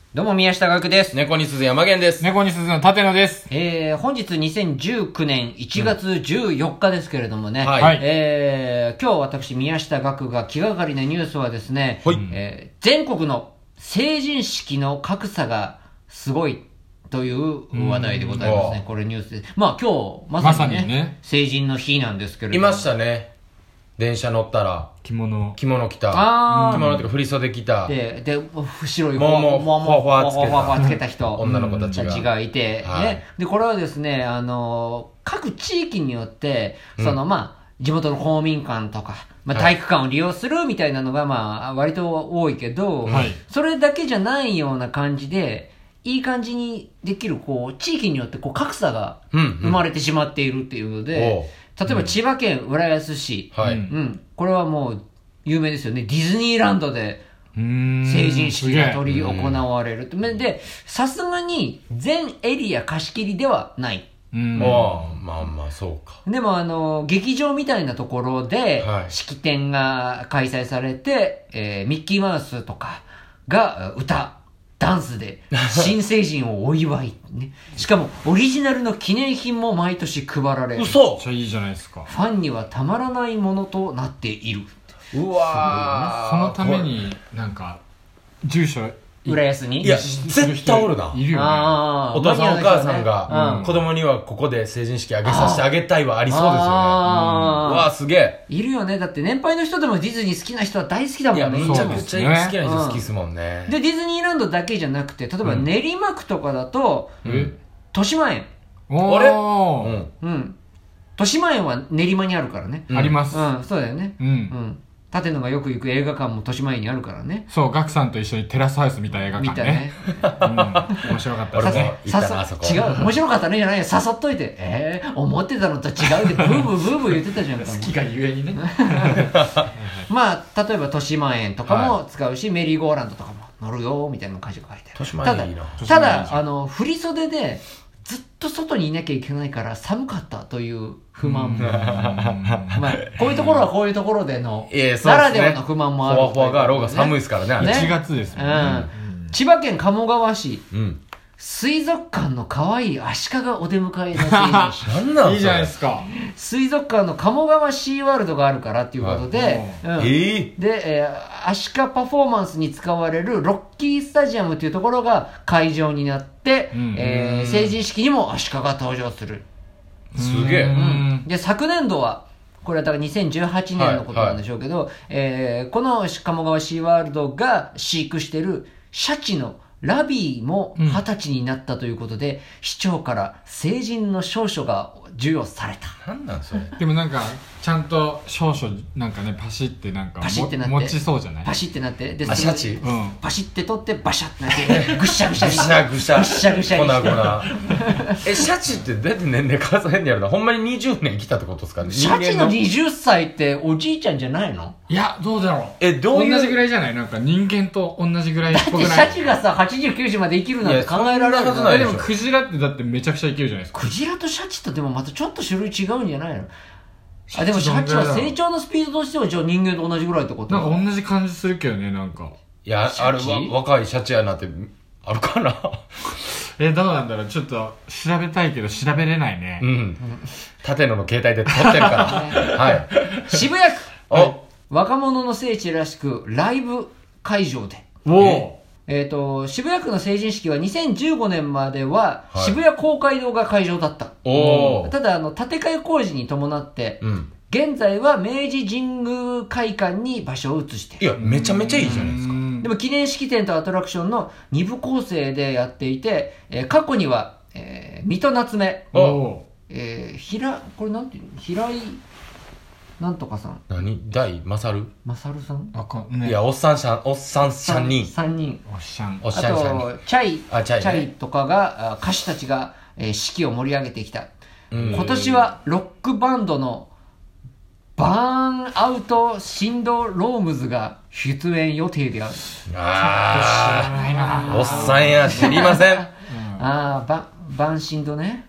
どうも宮下岳です。 猫に鈴山源です。 猫に鈴の立野です。 本日2019年1月14日ですけれどもね、 はい今日私宮下岳が気がかりなニュースはですね、 はい全国の成人式の格差がすごいという話題でございますね。これニュースで。まあ今日まさにね、成人の日なんですけれども。 いましたね。電車乗ったら着物着た。着物っていうか振袖着た。 で、白いもうふわふわつけた人、 女の子たちがいて、 はいね。で、これはですね、各地域によって、地元の公民館とか、体育館を利用するみたいなのが、割と多いけど、 はい、 それだけじゃないような感じで、いい感じにできる、地域によって格差が生まれてしまっているっていうので、例えば千葉県浦安市、これはもう有名ですよね。ディズニーランドで成人式が執り行われる。で、さすがに全エリア貸し切りではない。 そうか。 でも劇場みたいなところで式典が開催されて、ミッキーマウスとかがダンスで新成人をお祝い、ね、しかもオリジナルの記念品も毎年配られる。 嘘。 めっちゃいいじゃないですか。 ファンにはたまらないものとなっている。 うわー、そのためになんか住所浦安にいや絶対おるな。 いるよね。 お父さんお母さんが子供にはここで成人式あげさせてあげたいはありそうですよね。うわー、すげえいるよね。だって年配の人でもディズニー好きな人は大好きだもんね。 いやめちゃくちゃ好きな人好きですもんね。 でディズニーランドだけじゃなくて、例えば練馬区とかだと豊島園、 あれ豊島園は練馬にあるからね。 あります。 そうだよね。立野がよく行く映画館も豊島園にあるからね。 そう、ガクさんと一緒にテラスハウス見た映画館ね。面白かったですね。 違う、面白かったねじゃないよ。誘っといて、思ってたのと違うでブーブー言ってたじゃんか。 好きがゆえにね。 例えば豊島園とかも使うし、メリーゴーランドとかも乗るよみたいな感じが書いてある。 豊島園いいな。 ただ振り袖でずっと外にいなきゃいけないから寒かったという不満もこういうところはこういうところでのならではの不満もある。 ふわふわがあろうが寒いですからね。 1月ですもんね。 千葉県鴨川市、水族館の可愛いアシカがお出迎えの成人式。 なんなんそれ。 いいじゃないですか。 水族館の鴨川シーワールドがあるからっていうことで、アシカパフォーマンスに使われるロッキースタジアムというところが会場になって、成人式にもアシカが登場する。 すげえ。 で昨年度はこれはだから2018年のことなんでしょうけど、この鴨川シーワールドが飼育しているシャチのラビーも20歳になったということで、市長から成人の証書が授与された。 なんなんそれ。 でもなんかちゃんと証書なんかねパシってなんか持ちそうじゃない。 パシってなってでシャチパシって取ってバシャってなってぐしゃぐしゃぐしゃぐしゃ粉シャチってどうやって年齢数えんねやろな。ほんまに20年生きたってことですかね。 シャチの20歳っておじいちゃんじゃないの？ いやどうだろう。 どういう同じぐらいじゃない。なんか人間と同じぐらいっぽくない。 だってシャチがさ80、90まで生きるなんて考えられるはずない。 でもクジラってだってめちゃくちゃ生きるじゃないですか。 クジラとシャチとでもまたちょっと種類違うんじゃないの？でもシャチは成長のスピードとしてはじゃあ人間と同じぐらいってこと？ なんか同じ感じするけどね。なんかいやあれは若いシャチやなってあるかな。 どうなんだろう。ちょっと調べたいけど調べれないね。 立野の携帯で撮ってるからはい渋谷区若者の聖地らしくライブ会場で渋谷区の成人式は2015年までは渋谷公会堂が会場だった。ただ建て替え工事に伴って、現在は明治神宮会館に場所を移している。 いやめちゃめちゃいいじゃないですか。 でも記念式典とアトラクションの2部構成でやっていて、過去には、水戸夏目、これなんていうの、平井なんとかさん。 大勝さん。 いやおっさん3人。 3人。 おっしゃん。 あとチャイとかが歌手たちが、式を盛り上げてきた。今年はロックバンドのバーンアウトシンドロームズが出演予定である。 知らないな。 おっさんや知りません。 バンシンドね。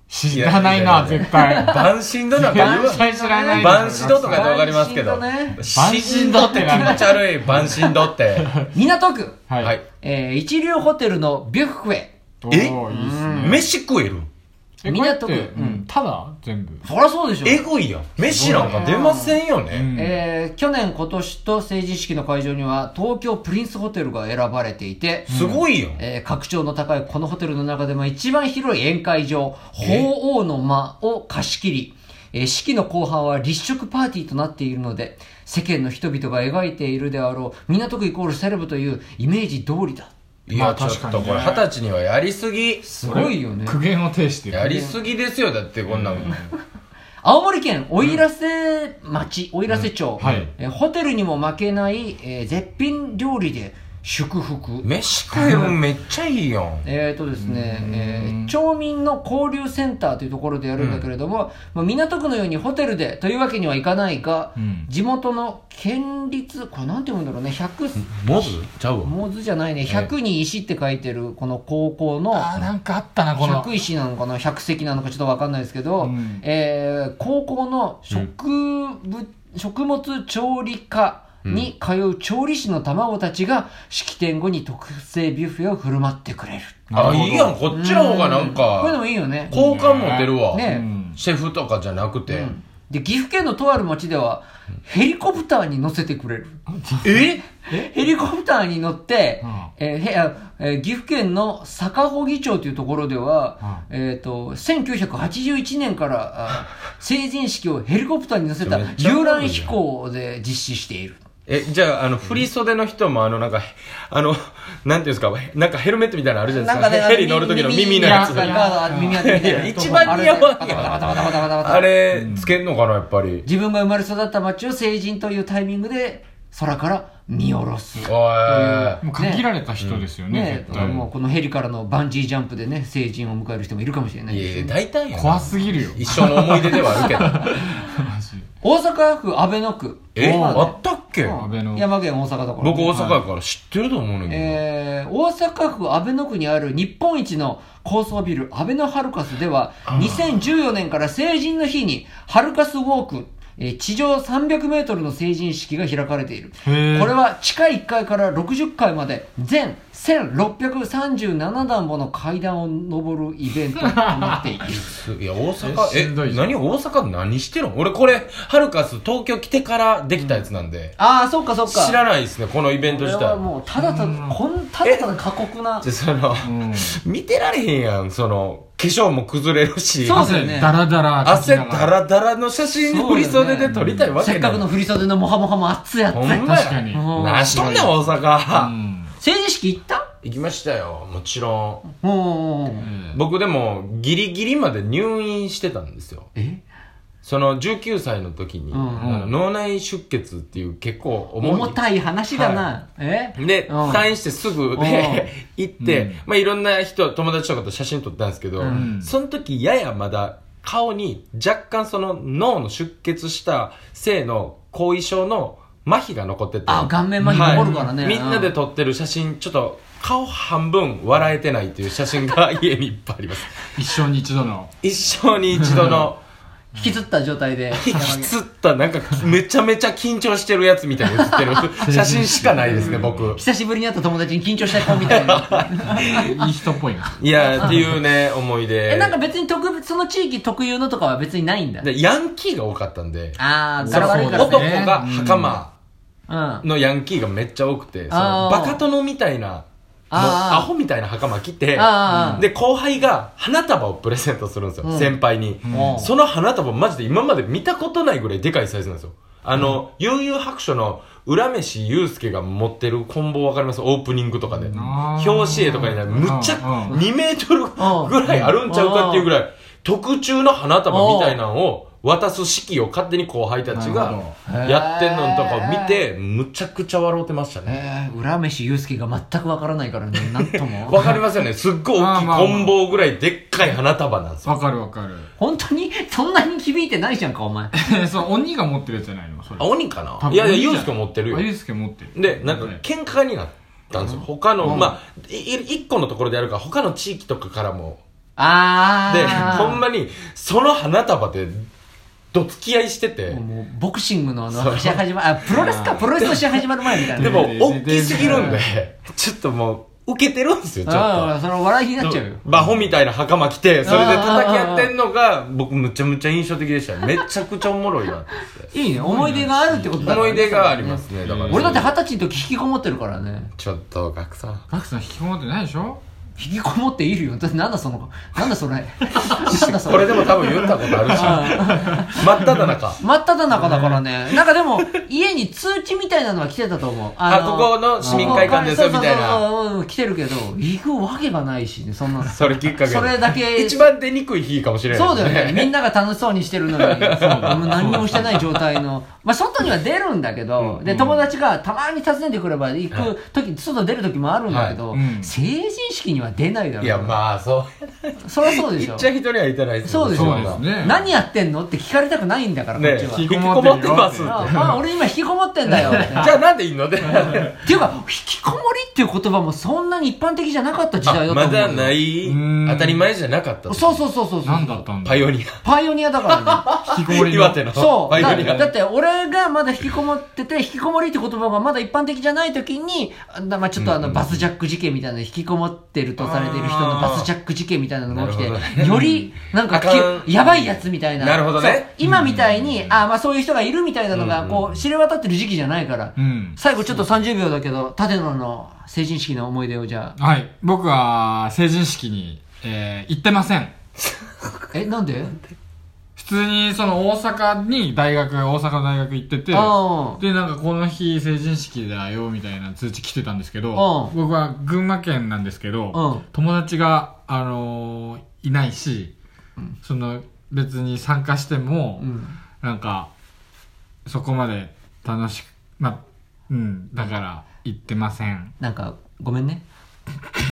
知らないな、絶対。 バンシンドなんか言わ絶対知らない。 バンシドとかでわかりますけど。 バンシンドって気持ち悪い、バンシンドって。 港区。 はい。 一流ホテルのビュッフェ。 いいっすね。 飯食える？ 港区。 ただ全部。 そりゃそうでしょ。 えぐいやん。飯なんか出ませんよね。去年今年と成人式の会場には東京プリンスホテルが選ばれていて、 すごいよ。 格調の高いこのホテルの中でも一番広い宴会場、鳳凰の間を貸し切り、式の後半は立食パーティーとなっているので、世間の人々が描いているであろう港区イコールセレブというイメージ通りだ。 いや、ちょっとこれ20歳にはやりすぎ。 すごいよね。 苦言を呈してる。 やりすぎですよ、だってこんなもん。 青森県奥入瀬町、奥入瀬町、ホテルにも負けない、絶品料理で祝福。 飯食えるめっちゃいいよ。 ですね、町民の交流センターというところでやるんだけれども、港区のようにホテルでというわけにはいかないが、地元の県立、これなんて読むんだろうね、 モズちゃうわ。 モズじゃないね、100に石って書いてるこの高校の、 なんかあったな、この。 100石なのかな、100石なのかちょっとわかんないですけど、高校の食物調理科に通う調理師の卵たちが式典後に特製ビュッフェを振る舞ってくれる。 あ、いいやん、こっちの方がなんか、 こういうのもいいよね。 好感持てるわ。 ね、 シェフとかじゃなくて。 で、岐阜県のとある町では、ヘリコプターに乗せてくれる。ヘリコプターに乗って、岐阜県の坂穂町というところでは、1981年から成人式をヘリコプターに乗せた遊覧飛行で実施している。 じゃあ、振り袖の人もなんか、なんていうんですか、なんかヘルメットみたいなのあるじゃないですか。ヘリ乗る時の耳のやつ。 耳当てみたいな。 一番似合わんやん。あれ、つけんのかな、やっぱり。 自分が生まれ育った町を成人というタイミングで、空から見下ろす。 もう限られた人ですよね、絶対。 もうこのヘリからのバンジージャンプでね、成人を迎える人もいるかもしれないですよね。 大体怖すぎるよ。 一生の思い出ではあるけど。 大阪府阿倍野区。 あったっけ？ 山県大阪だから。 僕大阪やから知ってると思うねんけど。大阪府阿倍野区にある日本一の高層ビル、あべのハルカスでは、2014年から成人の日に、ハルカスウォーク、地上300メートルの成人式が開かれている。これは地下1階から60階まで全1637段もの階段を登るイベントとなっている。 いや、大阪、何大阪何してるの？俺これ、ハルカス東京来てからできたやつなんで。 ああ、そっかそっか。 知らないですね、このイベント自体。 これはもう、ただただ過酷な。 見てられへんやん、化粧も崩れるし。 そうですよね。 ダラダラ。 汗ダラダラの写真振り袖で撮りたいわけせっかくの振り袖のモハモハも熱いやつ。 ほんまや。確かに。何しとんねん、大阪。 成人式行った？ 行きましたよ、もちろん。僕でも、ギリギリまで入院してたんですよ。19歳の時に、脳内出血っていう結構重たい話だな。 で、退院してすぐで行って、いろんな人、友達とかと写真撮ったんですけど、その時ややまだ顔に若干脳の出血したせいの後遺症の麻痺が残ってて。 顔面麻痺残るからね。 みんなで撮ってる写真、ちょっと顔半分笑えてないっていう写真が家にいっぱいあります。 一生に一度の。 一生に一度の。 引きつった状態で。 引きつった、なんかめちゃめちゃ緊張してるやつみたいに写ってる写真しかないですね、僕。 久しぶりに会った友達に緊張した子みたいな。 いい人っぽいな。 いや、っていうね、思い出。 なんか別にその地域特有のとかは別にないんだ。 ヤンキーが多かったんで。 男が袴のヤンキーがめっちゃ多くて、バカ殿みたいな、アホみたいな袴着て、で、後輩が花束をプレゼントするんですよ、先輩に。その花束マジで今まで見たことないぐらいでかいサイズなんですよ。悠々白書の浦飯祐介が持ってるコンボわかります？オープニングとかで。表紙絵とかになるむっちゃ2メートルぐらいあるんちゃうかっていうぐらい、特注の花束みたいなのを渡す式を勝手に後輩たちがやってんのとかを見てむちゃくちゃ笑うてましたね。 浦飯祐介が全くわからないからね、なんともわかりますよね。すっごい大きいコンボぐらいでっかい花束なんですよ。 わかるわかる。 本当にそんなに響いてないじゃんか、お前。 鬼が持ってるやつじゃないの？それ鬼かな。いやいや、祐介持ってるよ。 祐介持ってる。 で、なんか喧嘩になったんですよ。他の一個のところでやるから他の地域とかからもほんまにその花束でどつき合いしてて、 もうボクシングの試合始まる、プロレスの試合始まる前みたいな。 でも大きすぎるんでちょっともう受けてるんですよ、ちょっと。 その笑いになっちゃうよ。 バホみたいな袴着て、それで叩き合ってんのが、僕むちゃむちゃ印象的でしたね。めちゃくちゃおもろいなって。 いいね、思い出があるってことだからね。思い出がありますね、だから。 俺だって20歳の時引きこもってるからね。 ちょっと、ガクさん引きこもってないでしょ？ 引きこもっているよ。なんだそれ。 これでも多分言ったことあるし。真っ只中。 真っ只中だからね。なんかでも、家に通知みたいなのは来てたと思う。 ここの市民会館ですよ、みたいな。 来てるけど、行くわけがないしね、そんな。 それきっかけ。 それだけ。 一番出にくい日かもしれない。 そうだよね。みんなが楽しそうにしてるのに、何にもしてない状態の。まあ、外には出るんだけど、で、友達がたまに訪ねてくれば行く時、外出る時もあるんだけど、成人式には出ないだろう。 いや、まあ、そりゃそうでしょ。 言っちゃ人にはいたないですよ。そうでしょ。何やってんのって聞かれたくないんだから、こっちは。 引きこもってますって。 俺今引きこもってんだよ。 じゃあなんでいいのっていうか、 引きこもりっていう言葉もそんなに一般的じゃなかった時代だと思う。 まだない、当たり前じゃなかった。 そう。 何だったんだ。 パイオニアだからね。引きこもり岩手の。 そう。だって俺がまだ引きこもってて、引きこもりって言葉がまだ一般的じゃない時に、まあちょっとバスジャック事件みたいな、引きこもってるとされてる人のバスジャック事件みたいなのが起きて、よりなんかやばいやつみたいな。 なるほどね。 今みたいに、まあそういう人がいるみたいなのが、こう、知れ渡ってる時期じゃないから。最後ちょっと30秒だけど、舘野の成人式の思い出をじゃあ。 はい。僕は成人式に、行ってません。 なんで？ 普通にその大阪の大学行ってて、で、なんかこの日成人式だよみたいな通知来てたんですけど、僕は群馬県なんですけど、友達が、いないし、その別に参加しても、なんか、そこまで楽しく、だから行ってません。 なんか、ごめんね。